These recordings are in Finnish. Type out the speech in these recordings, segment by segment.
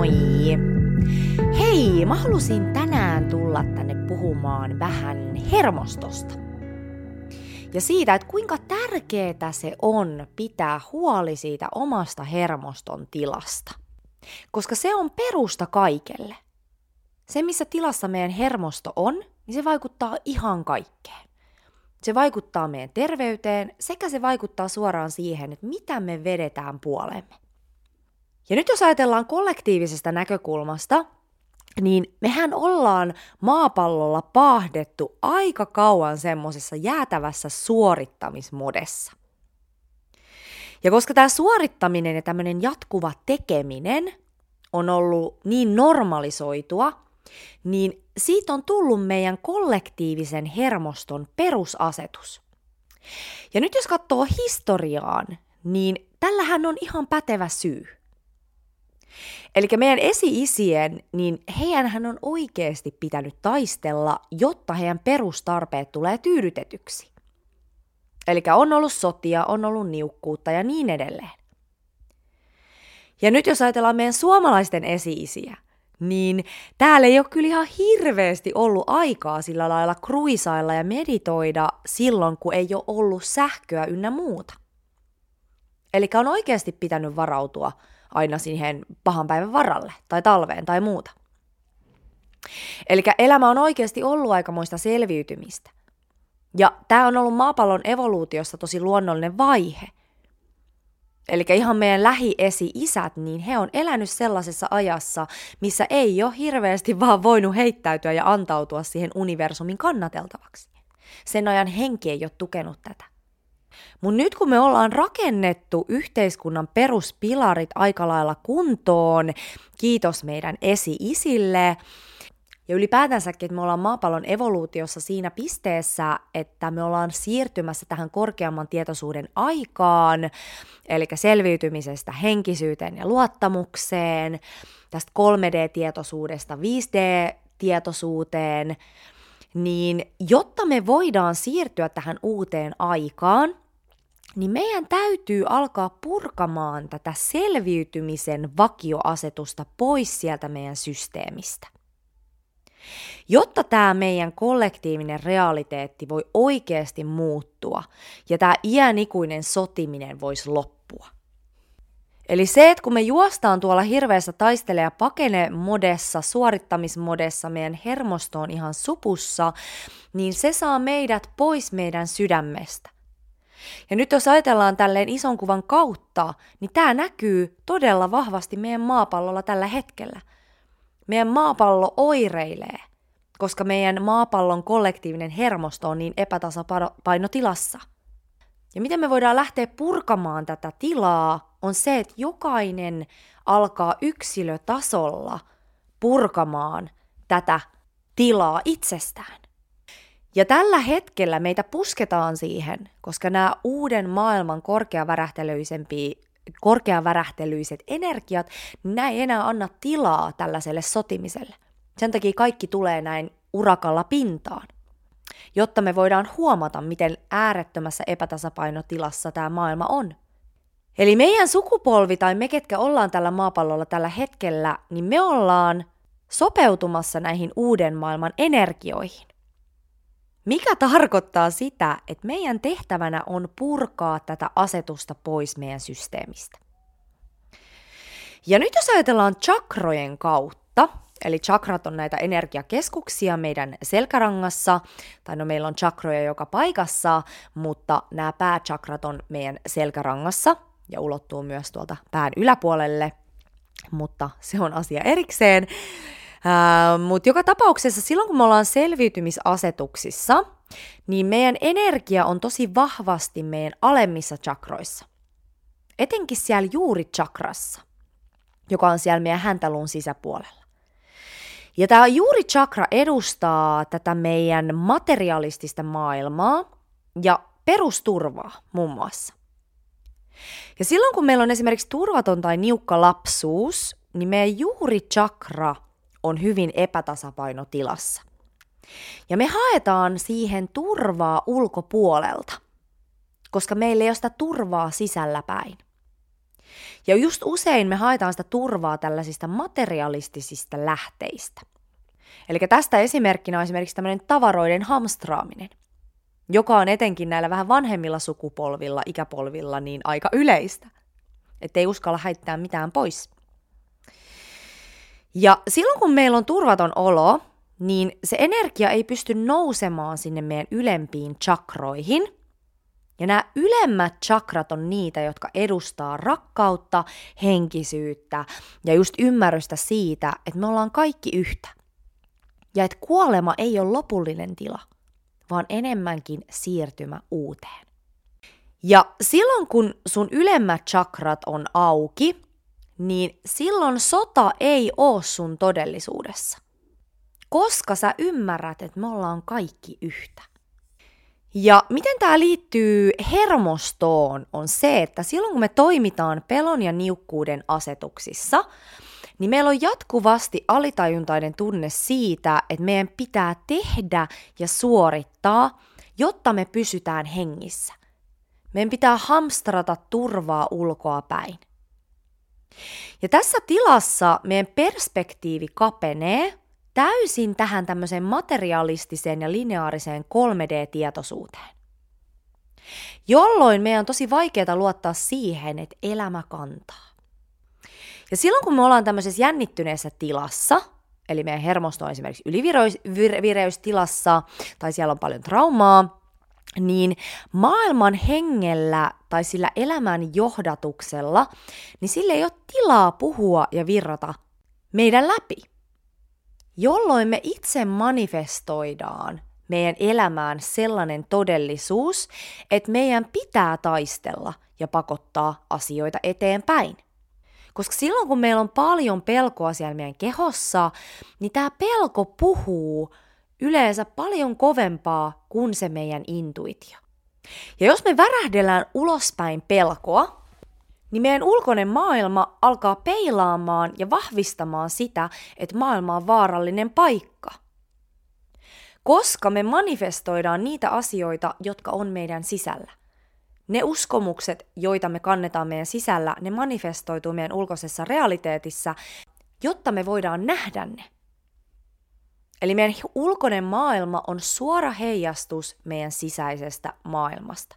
moi! Hei, mä halusin tänään tulla tänne puhumaan vähän hermostosta. Ja siitä, että kuinka tärkeää se on pitää huoli siitä omasta hermoston tilasta. Koska se on perusta kaikelle. Se, missä tilassa meidän hermosto on, niin se vaikuttaa ihan kaikkeen. Se vaikuttaa meidän terveyteen sekä se vaikuttaa suoraan siihen, että mitä me vedetään puolemme. Ja nyt jos ajatellaan kollektiivisesta näkökulmasta, niin mehän ollaan maapallolla paahdettu aika kauan semmoisessa jäätävässä suorittamismodessa. Ja koska tämä suorittaminen ja tämmöinen jatkuva tekeminen on ollut niin normalisoitua, niin siitä on tullut meidän kollektiivisen hermoston perusasetus. Ja nyt jos katsoo historiaan, niin tällähän on ihan pätevä syy. Eli meidän esi-isien, niin heidänhän on oikeasti pitänyt taistella, jotta heidän perustarpeet tulee tyydytetyksi. Eli on ollut sotia, on ollut niukkuutta ja niin edelleen. Ja nyt jos ajatellaan meidän suomalaisten esi-isiä, niin täällä ei ole kyllä ihan hirveästi ollut aikaa sillä lailla kruisailla ja meditoida silloin, kun ei ole ollut sähköä ynnä muuta. Eli on oikeasti pitänyt varautua aina siihen pahan päivän varalle, tai talveen, tai muuta. Eli elämä on oikeasti ollut aikamoista selviytymistä. Ja tämä on ollut maapallon evoluutiossa tosi luonnollinen vaihe. Eli ihan meidän lähiesi-isät, niin he on elänyt sellaisessa ajassa, missä ei ole hirveästi vaan voinut heittäytyä ja antautua siihen universumin kannateltavaksi. Sen ajan henki ei ole tukenut tätä. Mutta nyt kun me ollaan rakennettu yhteiskunnan peruspilarit aika lailla kuntoon, kiitos meidän esi-isille, ja ylipäätänsäkin, että me ollaan maapallon evoluutiossa siinä pisteessä, että me ollaan siirtymässä tähän korkeamman tietoisuuden aikaan, eli selviytymisestä henkisyyteen ja luottamukseen, tästä 3D-tietoisuudesta 5D-tietoisuuteen, niin jotta me voidaan siirtyä tähän uuteen aikaan, niin meidän täytyy alkaa purkamaan tätä selviytymisen vakioasetusta pois sieltä meidän systeemistä. Jotta tämä meidän kollektiivinen realiteetti voi oikeasti muuttua ja tämä iänikuinen sotiminen voisi loppua. Eli se, että kun me juostaan tuolla hirveässä taistele- ja pakene-modessa, suorittamismodessa, meidän hermosto on ihan supussa, niin se saa meidät pois meidän sydämestä. Ja nyt jos ajatellaan tälleen ison kuvan kautta, niin tämä näkyy todella vahvasti meidän maapallolla tällä hetkellä. Meidän maapallo oireilee, koska meidän maapallon kollektiivinen hermosto on niin epätasapainotilassa. Ja miten me voidaan lähteä purkamaan tätä tilaa, on se, että jokainen alkaa yksilötasolla purkamaan tätä tilaa itsestään. Ja tällä hetkellä meitä pusketaan siihen, koska nämä uuden maailman korkeavärähtelyiset energiat, niin nämä ei enää anna tilaa tällaiselle sotimiselle. Sen takia kaikki tulee näin urakalla pintaan, jotta me voidaan huomata, miten äärettömässä epätasapainotilassa tämä maailma on. Eli meidän sukupolvi tai me, ketkä ollaan tällä maapallolla tällä hetkellä, niin me ollaan sopeutumassa näihin uuden maailman energioihin. Mikä tarkoittaa sitä, että meidän tehtävänä on purkaa tätä asetusta pois meidän systeemistä. Ja nyt jos ajatellaan chakrojen kautta, eli chakrat on näitä energiakeskuksia meidän selkärangassa, tai no meillä on chakroja joka paikassa, mutta nämä päächakrat on meidän selkärangassa ja ulottuu myös tuolta pään yläpuolelle, mutta se on asia erikseen. Mutta joka tapauksessa silloin, kun me ollaan selviytymisasetuksissa, niin meidän energia on tosi vahvasti meidän alemmissa chakroissa. Etenkin siellä juurichakrassa, joka on siellä meidän häntäluun sisäpuolella. Ja tämä juurichakra edustaa tätä meidän materialistista maailmaa ja perusturvaa muun muassa. Ja silloin, kun meillä on esimerkiksi turvaton tai niukka lapsuus, niin meidän juurichakra on hyvin epätasapainotilassa. Ja me haetaan siihen turvaa ulkopuolelta, koska meillä ei ole sitä turvaa sisällä päin. Ja just usein me haetaan sitä turvaa tällaisista materialistisista lähteistä. Eli tästä esimerkkinä on esimerkiksi tämmöinen tavaroiden hamstraaminen, joka on etenkin näillä vähän vanhemmilla sukupolvilla, ikäpolvilla niin aika yleistä, ettei uskalla heittää mitään pois. Ja silloin kun meillä on turvaton olo, niin se energia ei pysty nousemaan sinne meidän ylempiin chakroihin. Ja nämä ylemmät chakrat on niitä, jotka edustaa rakkautta, henkisyyttä ja just ymmärrystä siitä, että me ollaan kaikki yhtä. Ja että kuolema ei ole lopullinen tila, vaan enemmänkin siirtymä uuteen. Ja silloin kun sun ylemmät chakrat on auki, niin silloin sota ei ole sun todellisuudessa. Koska sä ymmärrät, että me ollaan kaikki yhtä. Ja miten tämä liittyy hermostoon on se, että silloin kun me toimitaan pelon ja niukkuuden asetuksissa, niin meillä on jatkuvasti alitajuntainen tunne siitä, että meidän pitää tehdä ja suorittaa, jotta me pysytään hengissä. Meidän pitää hamstrata turvaa ulkoa päin. Ja tässä tilassa meidän perspektiivi kapenee täysin tähän tämmöiseen materialistiseen ja lineaariseen 3D-tietoisuuteen. Jolloin meidän on tosi vaikeaa luottaa siihen, että elämä kantaa. Ja silloin kun me ollaan tämmöisessä jännittyneessä tilassa, eli meidän hermosto on esimerkiksi ylivireystilassa tai siellä on paljon traumaa, niin maailman hengellä tai sillä elämän johdatuksella, niin sillä ei ole tilaa puhua ja virrata meidän läpi. Jolloin me itse manifestoidaan meidän elämään sellainen todellisuus, että meidän pitää taistella ja pakottaa asioita eteenpäin. Koska silloin kun meillä on paljon pelkoa siellä meidän kehossa, niin tämä pelko puhuu yleensä paljon kovempaa kuin se meidän intuitio. Ja jos me värähdellään ulospäin pelkoa, niin meidän ulkoinen maailma alkaa peilaamaan ja vahvistamaan sitä, että maailma on vaarallinen paikka. Koska me manifestoidaan niitä asioita, jotka on meidän sisällä. Ne uskomukset, joita me kannetaan meidän sisällä, ne manifestoituu meidän ulkoisessa realiteetissa, jotta me voidaan nähdä ne. Eli meidän ulkoinen maailma on suora heijastus meidän sisäisestä maailmasta.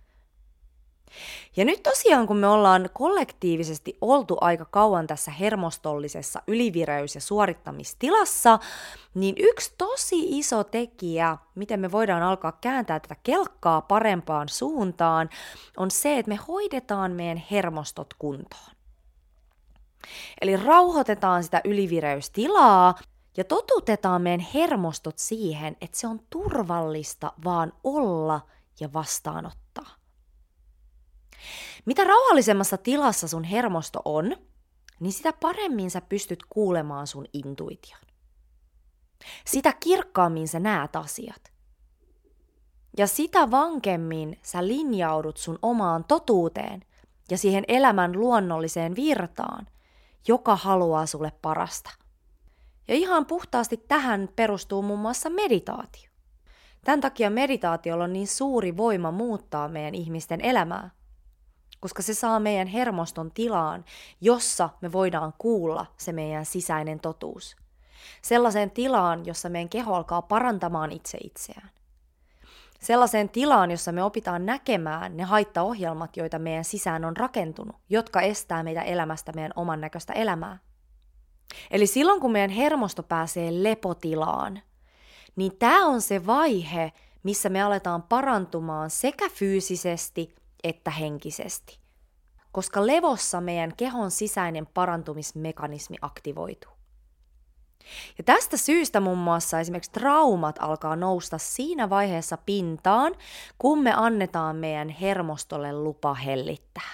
Ja nyt tosiaan, kun me ollaan kollektiivisesti oltu aika kauan tässä hermostollisessa ylivireys- ja suorittamistilassa, niin yksi tosi iso tekijä, miten me voidaan alkaa kääntää tätä kelkkaa parempaan suuntaan, on se, että me hoidetaan meidän hermostot kuntoon. Eli rauhoitetaan sitä ylivireystilaa ja totutetaan meidän hermostot siihen, että se on turvallista vaan olla ja vastaanottaa. Mitä rauhallisemmassa tilassa sun hermosto on, niin sitä paremmin sä pystyt kuulemaan sun intuition. Sitä kirkkaammin sä näet asiat. Ja sitä vankemmin sä linjaudut sun omaan totuuteen ja siihen elämän luonnolliseen virtaan, joka haluaa sulle parasta. Ja ihan puhtaasti tähän perustuu muun muassa meditaatio. Tämän takia meditaatiolla on niin suuri voima muuttaa meidän ihmisten elämää, koska se saa meidän hermoston tilaan, jossa me voidaan kuulla se meidän sisäinen totuus. Sellaiseen tilaan, jossa meidän keho alkaa parantamaan itse itseään. Sellaiseen tilaan, jossa me opitaan näkemään ne haittaohjelmat, joita meidän sisään on rakentunut, jotka estää meitä elämästä meidän oman näköistä elämää. Eli silloin, kun meidän hermosto pääsee lepotilaan, niin tämä on se vaihe, missä me aletaan parantumaan sekä fyysisesti että henkisesti. Koska levossa meidän kehon sisäinen parantumismekanismi aktivoituu. Ja tästä syystä muun muassa esimerkiksi traumat alkaa nousta siinä vaiheessa pintaan, kun me annetaan meidän hermostolle lupa hellittää.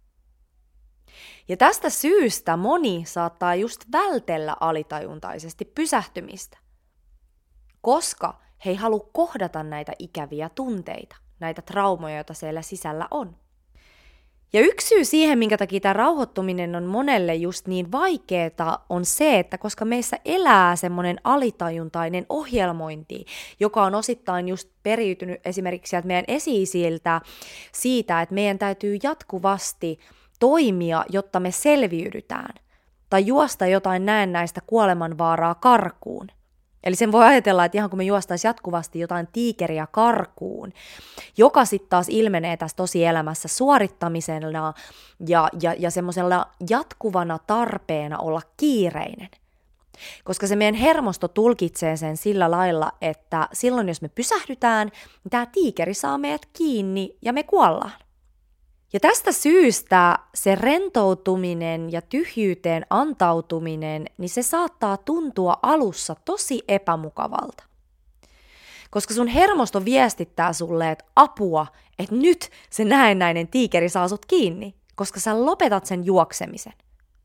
Ja tästä syystä moni saattaa just vältellä alitajuntaisesti pysähtymistä, koska he ei halua kohdata näitä ikäviä tunteita, näitä traumoja, joita siellä sisällä on. Ja yksi syy siihen, minkä takia tämä rauhoittuminen on monelle just niin vaikeaa, on se, että koska meissä elää semmoinen alitajuntainen ohjelmointi, joka on osittain just periytynyt esimerkiksi sieltä meidän esi-isiltä siitä, että meidän täytyy jatkuvasti toimia, jotta me selviydytään, tai juosta jotain näennäistä kuolemanvaaraa karkuun. Eli sen voi ajatella, että ihan kun me juostaisiin jatkuvasti jotain tiikeriä karkuun, joka sitten taas ilmenee tässä tosielämässä suorittamisena ja semmoisella jatkuvana tarpeena olla kiireinen. Koska se meidän hermosto tulkitsee sen sillä lailla, että silloin jos me pysähdytään, niin tämä tiikeri saa meidät kiinni ja me kuollaan. Ja tästä syystä se rentoutuminen ja tyhjyyteen antautuminen, niin se saattaa tuntua alussa tosi epämukavalta. Koska sun hermosto viestittää sulle, että apua, että nyt se näennäinen tiikeri saa sut kiinni, koska sä lopetat sen juoksemisen.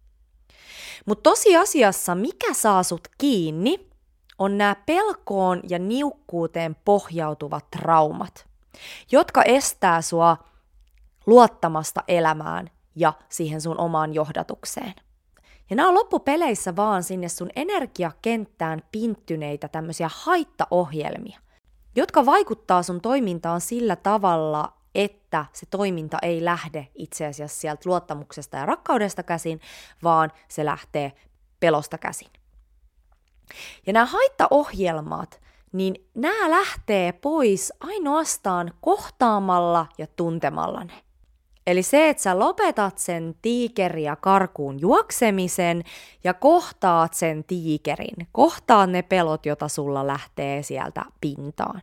Mutta tosiasiassa mikä saa sut kiinni, on nämä pelkoon ja niukkuuteen pohjautuvat traumat, jotka estää sua luottamasta elämään ja siihen sun omaan johdatukseen. Ja nämä on loppupeleissä vaan sinne sun energiakenttään pinttyneitä tämmöisiä haittaohjelmia, jotka vaikuttaa sun toimintaan sillä tavalla, että se toiminta ei lähde itse asiassa sieltä luottamuksesta ja rakkaudesta käsin, vaan se lähtee pelosta käsin. Ja nämä haittaohjelmat, niin nämä lähtee pois ainoastaan kohtaamalla ja tuntemalla ne. Eli se, että sä lopetat sen tiikeriä karkuun juoksemisen ja kohtaat sen tiikerin, kohtaat ne pelot, joita sulla lähtee sieltä pintaan.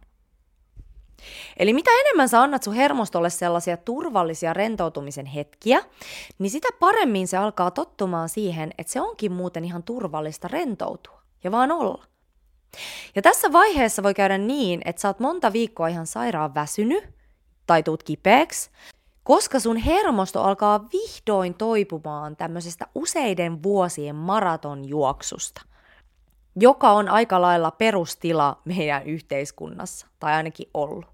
Eli mitä enemmän sä annat sun hermostolle sellaisia turvallisia rentoutumisen hetkiä, niin sitä paremmin se alkaa tottumaan siihen, että se onkin muuten ihan turvallista rentoutua ja vaan olla. Ja tässä vaiheessa voi käydä niin, että sä oot monta viikkoa ihan sairaan väsynyt tai tuut kipeäksi, koska sun hermosto alkaa vihdoin toipumaan tämmöisestä useiden vuosien maratonjuoksusta, joka on aika lailla perustila meidän yhteiskunnassa, tai ainakin ollut.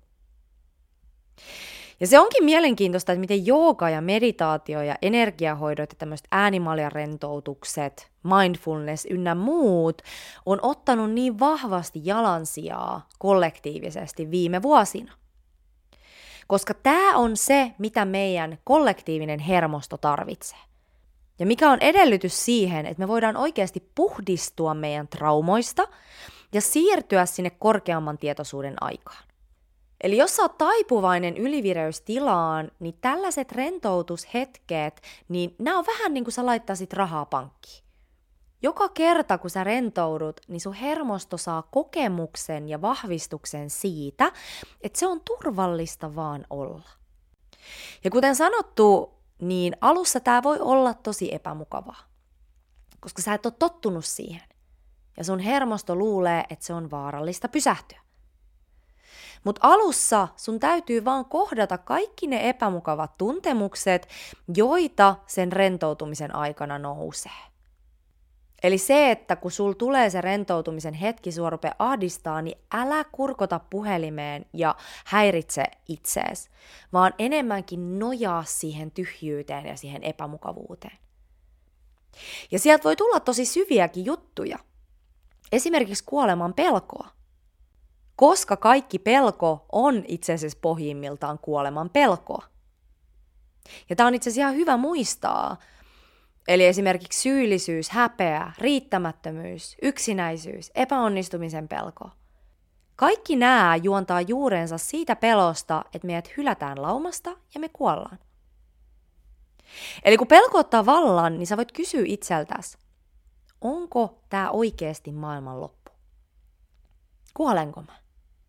Ja se onkin mielenkiintoista, että miten jooga ja meditaatio ja energiahoidot ja tämmöiset äänimaljarentoutukset, mindfulness ynnä muut on ottanut niin vahvasti jalansijaa kollektiivisesti viime vuosina. Koska tämä on se, mitä meidän kollektiivinen hermosto tarvitsee. Ja mikä on edellytys siihen, että me voidaan oikeasti puhdistua meidän traumoista ja siirtyä sinne korkeamman tietoisuuden aikaan. Eli jos sä oot taipuvainen ylivireystilaan, niin tällaiset rentoutushetket, niin nämä on vähän niin kuin sä laittaisit rahaa pankkiin. Joka kerta, kun sä rentoudut, niin sun hermosto saa kokemuksen ja vahvistuksen siitä, että se on turvallista vaan olla. Ja kuten sanottu, niin alussa tää voi olla tosi epämukavaa, koska sä et ole tottunut siihen. Ja sun hermosto luulee, että se on vaarallista pysähtyä. Mutta alussa sun täytyy vaan kohdata kaikki ne epämukavat tuntemukset, joita sen rentoutumisen aikana nousee. Eli se, että kun sul tulee se rentoutumisen hetki, sua rupeaa ahdistaa, niin älä kurkota puhelimeen ja häiritse itseesi, vaan enemmänkin nojaa siihen tyhjyyteen ja siihen epämukavuuteen. Ja sieltä voi tulla tosi syviäkin juttuja. Esimerkiksi kuoleman pelkoa. Koska kaikki pelko on itse asiassa pohjimmiltaan kuoleman pelkoa. Ja tämä on itse asiassa ihan hyvä muistaa. Eli esimerkiksi syyllisyys, häpeä, riittämättömyys, yksinäisyys, epäonnistumisen pelko. Kaikki nämä juontaa juurensa siitä pelosta, että meidät hylätään laumasta ja me kuollaan. Eli kun pelko ottaa vallan, niin sä voit kysyä itseltäsi, onko tämä oikeasti maailmanloppu? Kuolenko mä?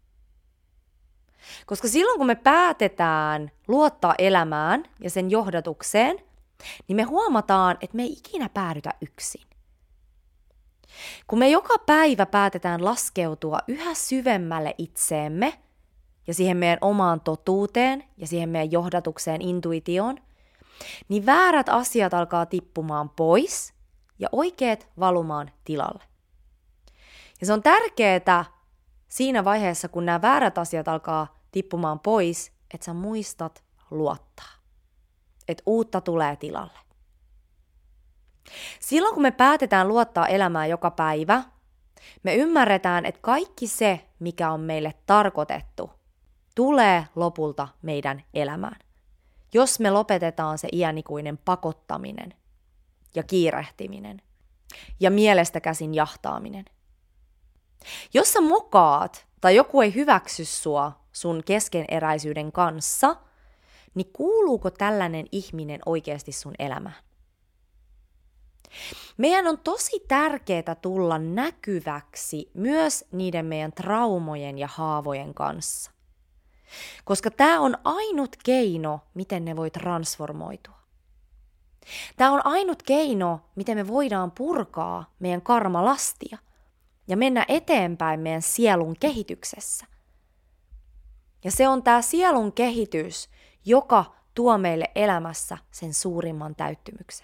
Koska silloin kun me päätetään luottaa elämään ja sen johdatukseen, niin me huomataan, että me ei ikinä päädytä yksin. Kun me joka päivä päätetään laskeutua yhä syvemmälle itseemme ja siihen meidän omaan totuuteen ja siihen meidän johdatukseen, intuitioon, niin väärät asiat alkaa tippumaan pois ja oikeat valumaan tilalle. Ja se on tärkeää siinä vaiheessa, kun nämä väärät asiat alkaa tippumaan pois, että sä muistat luottaa. Että uutta tulee tilalle. Silloin kun me päätetään luottaa elämään joka päivä, me ymmärretään, että kaikki se, mikä on meille tarkoitettu, tulee lopulta meidän elämään. jos me lopetetaan se iänikuinen pakottaminen ja kiirehtiminen ja mielestä käsin jahtaaminen. Jos sä mokaat tai joku ei hyväksy sua sun keskeneräisyyden kanssa, niin kuuluuko tällainen ihminen oikeasti sun elämään? Meidän on tosi tärkeää tulla näkyväksi myös niiden meidän traumojen ja haavojen kanssa. Koska tämä on ainut keino, miten ne voi transformoitua. Tämä on ainut keino, miten me voidaan purkaa meidän karmalastia ja mennä eteenpäin meidän sielun kehityksessä. Ja se on tämä sielun kehitys, joka tuo meille elämässä sen suurimman täyttymyksen.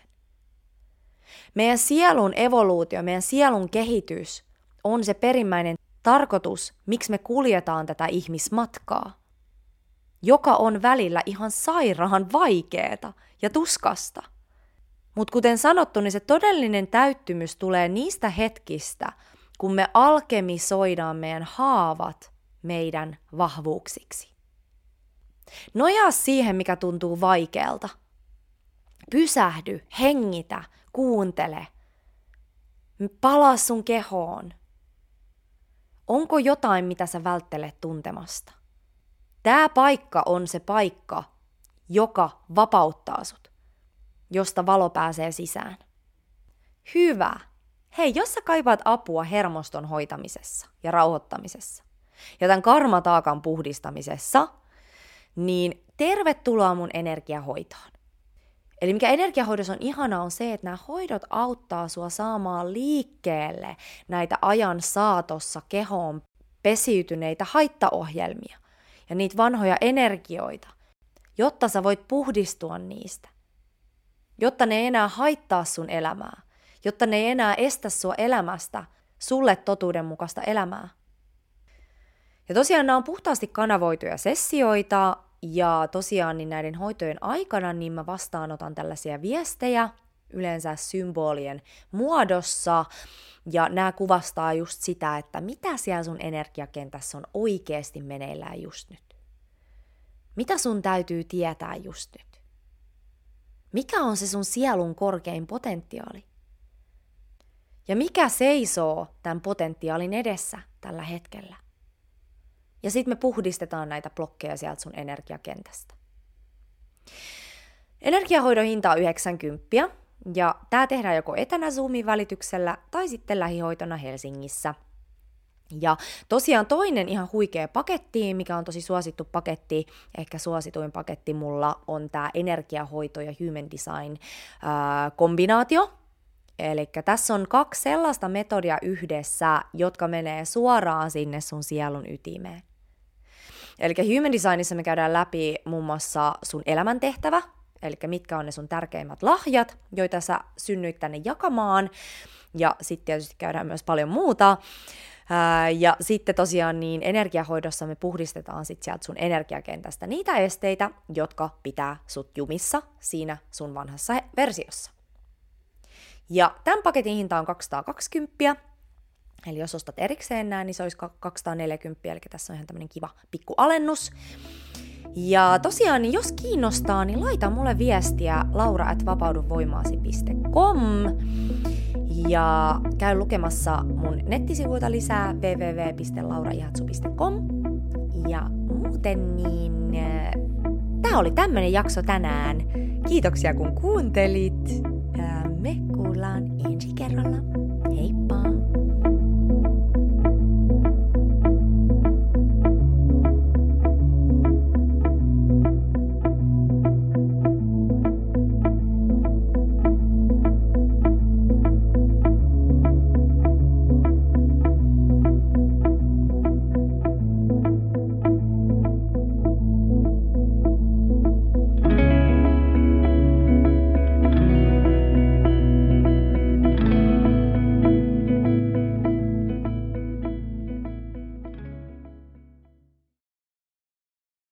Meidän sielun evoluutio, meidän sielun kehitys on se perimmäinen tarkoitus, miksi me kuljetaan tätä ihmismatkaa, joka on välillä ihan sairaan vaikeeta ja tuskasta. Mutta kuten sanottu, niin se todellinen täyttymys tulee niistä hetkistä, kun me alkemisoidaan meidän haavat meidän vahvuuksiksi. Nojaa siihen, mikä tuntuu vaikealta. Pysähdy, hengitä, kuuntele. Palaa sun kehoon. Onko jotain, mitä sä välttelet tuntemasta? Tää paikka on se paikka, joka vapauttaa sut, josta valo pääsee sisään. Hyvä. Hei, jos sä kaipaat apua hermoston hoitamisessa ja rauhoittamisessa ja tämän karmataakan puhdistamisessa, niin tervetuloa mun energiahoitoon. Eli mikä energiahoidossa on ihanaa on se, että nämä hoidot auttaa sua saamaan liikkeelle näitä ajan saatossa kehoon pesiytyneitä haittaohjelmia ja niitä vanhoja energioita, jotta sä voit puhdistua niistä, jotta ne ei enää haittaa sun elämää, jotta ne ei enää estä sua elämästä sulle totuudenmukaista elämää. Ja tosiaan nämä on puhtaasti kanavoituja sessioita, ja tosiaan niin näiden hoitojen aikana niin mä vastaanotan tällaisia viestejä, yleensä symbolien muodossa, ja nämä kuvastaa just sitä, että mitä siellä sun energiakentässä on oikeasti meneillään just nyt. Mitä sun täytyy tietää just nyt? Mikä on se sun sielun korkein potentiaali? Ja mikä seisoo tämän potentiaalin edessä tällä hetkellä? Ja sitten me puhdistetaan näitä blokkeja sieltä sun energiakentästä. Energiahoidon hinta on 90, ja tämä tehdään joko etänä Zoomin välityksellä tai sitten lähihoitona Helsingissä. Ja tosiaan toinen ihan huikea paketti, mikä on tosi suosittu paketti, ehkä suosituin paketti mulla on tämä energiahoito ja human design kombinaatio. Eli tässä on 2 sellaista metodia yhdessä, jotka menee suoraan sinne sun sielun ytimeen. Eli human designissa me käydään läpi muun muassa sun elämäntehtävä, eli mitkä on ne sun tärkeimmät lahjat, joita sä synnyit tänne jakamaan, ja sitten tietysti käydään myös paljon muuta. Ja sitten tosiaan niin energiahoidossa me puhdistetaan sit sieltä sun energiakentästä niitä esteitä, jotka pitää sut jumissa siinä sun vanhassa versiossa. Ja tämän paketin hinta on 220, eli jos ostat erikseen nää, niin se olisi 240, eli tässä on ihan tämmönen kiva pikku alennus. Ja tosiaan, niin jos kiinnostaa, niin laita mulle viestiä laura@vapauduvoimaasi.com ja käy lukemassa mun nettisivuilta lisää www.lauraihatsu.com. Ja muuten niin tää oli tämmönen jakso tänään. Kiitoksia kun kuuntelit. Me kuullaan ensi kerralla. Heippa!